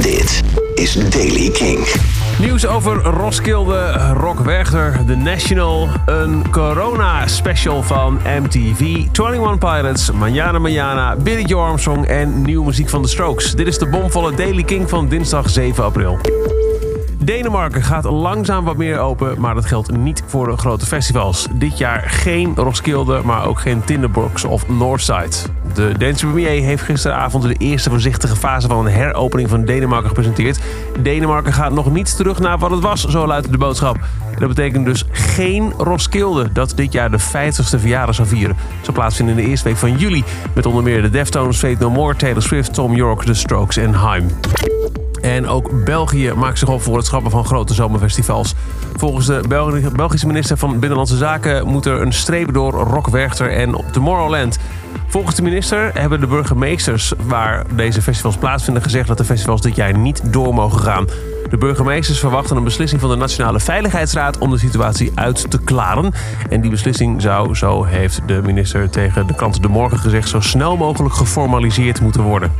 Dit is Daily King. Nieuws over Roskilde, Rock Werchter, The National, een corona-special van MTV, 21 Pilots, Manana Manana, Billy Joe Armstrong en nieuwe muziek van The Strokes. Dit is de bomvolle Daily King van dinsdag 7 april. Denemarken gaat langzaam wat meer open, maar dat geldt niet voor de grote festivals. Dit jaar geen Roskilde, maar ook geen Tinderbox of Northside. De Deense premier heeft gisteravond de eerste voorzichtige fase van een heropening van Denemarken gepresenteerd. Denemarken gaat nog niet terug naar wat het was, zo luidt de boodschap. En dat betekent dus geen Roskilde, dat dit jaar de 50ste verjaardag zou vieren. Zo plaatsvinden in de eerste week van juli, met onder meer de Deftones, Faith No More, Taylor Swift, Thom Yorke, The Strokes en Haim. En ook België maakt zich op voor het schrappen van grote zomerfestivals. Volgens de Belgische minister van Binnenlandse Zaken moet er een streep door Rock Werchter en op Tomorrowland. Volgens de minister hebben de burgemeesters waar deze festivals plaatsvinden gezegd dat de festivals dit jaar niet door mogen gaan. De burgemeesters verwachten een beslissing van de Nationale Veiligheidsraad om de situatie uit te klaren. En die beslissing zou, zo heeft de minister tegen de krant De Morgen gezegd, zo snel mogelijk geformaliseerd moeten worden.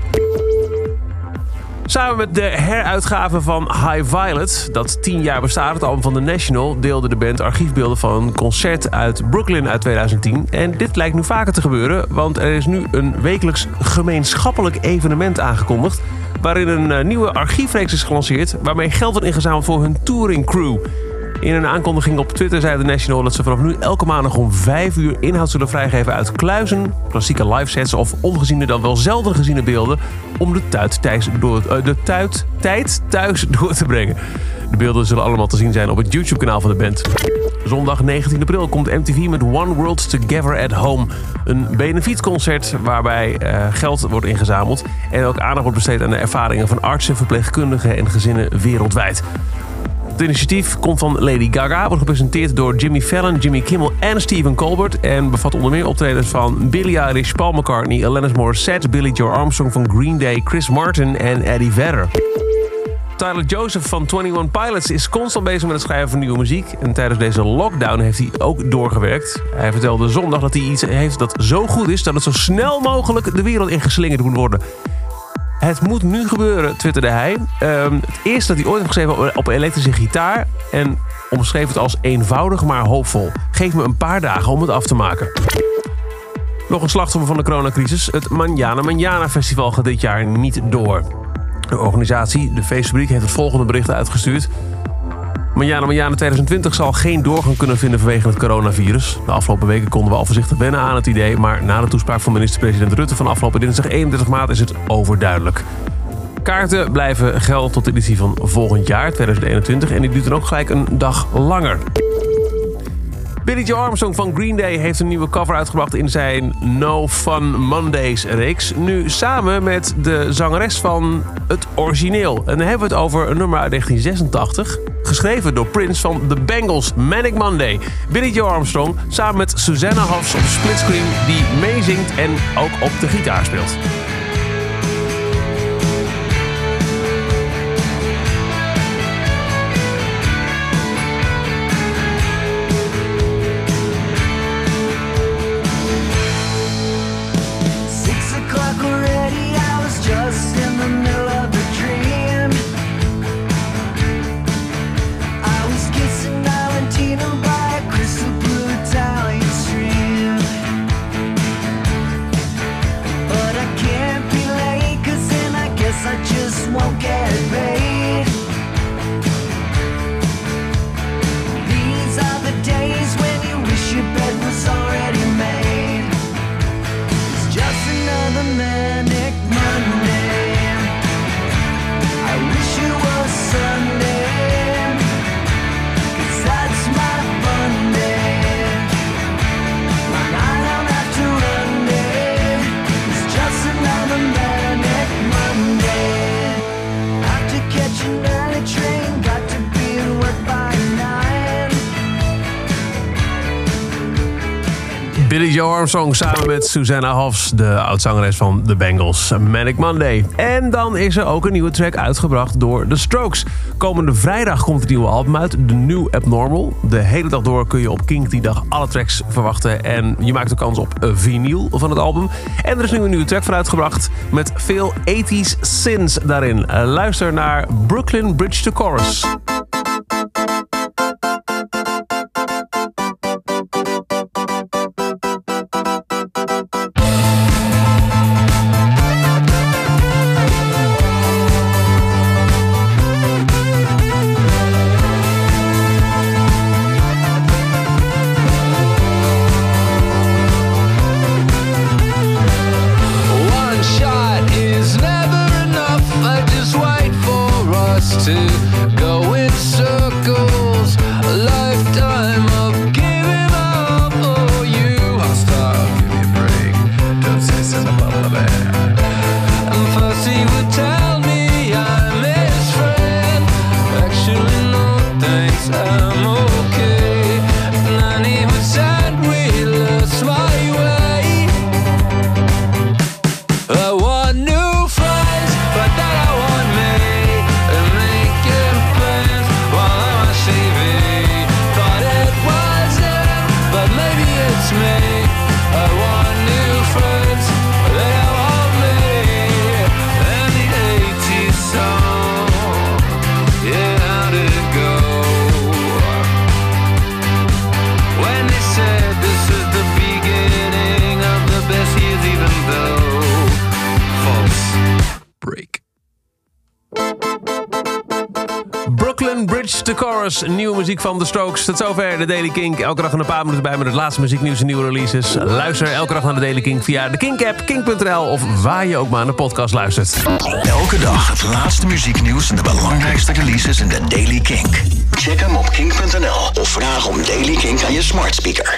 Samen met de heruitgave van High Violet, dat 10 jaar bestaat, het album van The National, deelde de band archiefbeelden van een concert uit Brooklyn uit 2010. En dit lijkt nu vaker te gebeuren, want er is nu een wekelijks gemeenschappelijk evenement aangekondigd, waarin een nieuwe archiefreeks is gelanceerd, waarmee geld wordt ingezameld voor hun touringcrew. In een aankondiging op Twitter zei The National dat ze vanaf nu elke maandag om 5 uur inhoud zullen vrijgeven uit kluizen, klassieke livesets of ongeziene dan wel zelden geziene beelden om de tijd thuis door te brengen. De beelden zullen allemaal te zien zijn op het YouTube-kanaal van de band. Zondag 19 april komt MTV met One World Together at Home. Een benefietconcert waarbij geld wordt ingezameld en ook aandacht wordt besteed aan de ervaringen van artsen, verpleegkundigen en gezinnen wereldwijd. Het initiatief komt van Lady Gaga, wordt gepresenteerd door Jimmy Fallon, Jimmy Kimmel en Stephen Colbert en bevat onder meer optredens van Billie Eilish, Paul McCartney, Alanis Morissette, Billy Joe Armstrong van Green Day, Chris Martin en Eddie Vedder. Tyler Joseph van 21 Pilots is constant bezig met het schrijven van nieuwe muziek en tijdens deze lockdown heeft hij ook doorgewerkt. Hij vertelde zondag dat hij iets heeft dat zo goed is dat het zo snel mogelijk de wereld ingeslingerd moet worden. Het moet nu gebeuren, twitterde hij. Het eerste dat hij ooit heeft geschreven op een elektrische gitaar en omschreef het als eenvoudig maar hoopvol. Geef me een paar dagen om het af te maken. Nog een slachtoffer van de coronacrisis. Het Manana Manana Festival gaat dit jaar niet door. De organisatie, de feestfabriek, heeft het volgende bericht uitgestuurd. Manana Manana 2020 zal geen doorgang kunnen vinden vanwege het coronavirus. De afgelopen weken konden we al voorzichtig wennen aan het idee, maar na de toespraak van minister-president Rutte van afgelopen dinsdag 31 maart is het overduidelijk. Kaarten blijven gelden tot de editie van volgend jaar, 2021, en die duurt dan ook gelijk een dag langer. Billy Joe Armstrong van Green Day heeft een nieuwe cover uitgebracht in zijn No Fun Mondays reeks. Nu samen met de zangeres van het origineel. En dan hebben we het over een nummer uit 1986. Geschreven door Prince van The Bangles, Manic Monday. Billy Joe Armstrong samen met Susanna Hoffs op splitscreen die meezingt en ook op de gitaar speelt. After Billie Joe Armstrong samen met Susanna Hoffs, de oud-zangeres van The Bangles, Manic Monday. En dan is er ook een nieuwe track uitgebracht door The Strokes. Komende vrijdag komt het nieuwe album uit, The New Abnormal. De hele dag door kun je op Kink die dag alle tracks verwachten. En je maakt de kans op vinyl van het album. En er is nu een nieuwe track van uitgebracht met veel 80s synths daarin. Luister naar Brooklyn Bridge to Chorus. To go in circles, a lifetime of giving up. Oh, you hostile, give me a break. Don't say something about my bad. And first he would tell me I'm his friend. Actually, no thanks, I'm okay. And then he would send me lost my way. I want new friends, but then I want me. Brooklyn Bridge to Chorus, nieuwe muziek van The Strokes. Tot zover de Daily Kink. Elke dag een paar minuten bij met het laatste muzieknieuws en nieuwe releases. Luister elke dag naar de Daily Kink via de Kink-app, kink.nl of waar je ook maar naar de podcast luistert. Elke dag het laatste muzieknieuws en de belangrijkste releases in de Daily Kink. Check hem op kink.nl of vraag om Daily Kink aan je smart speaker.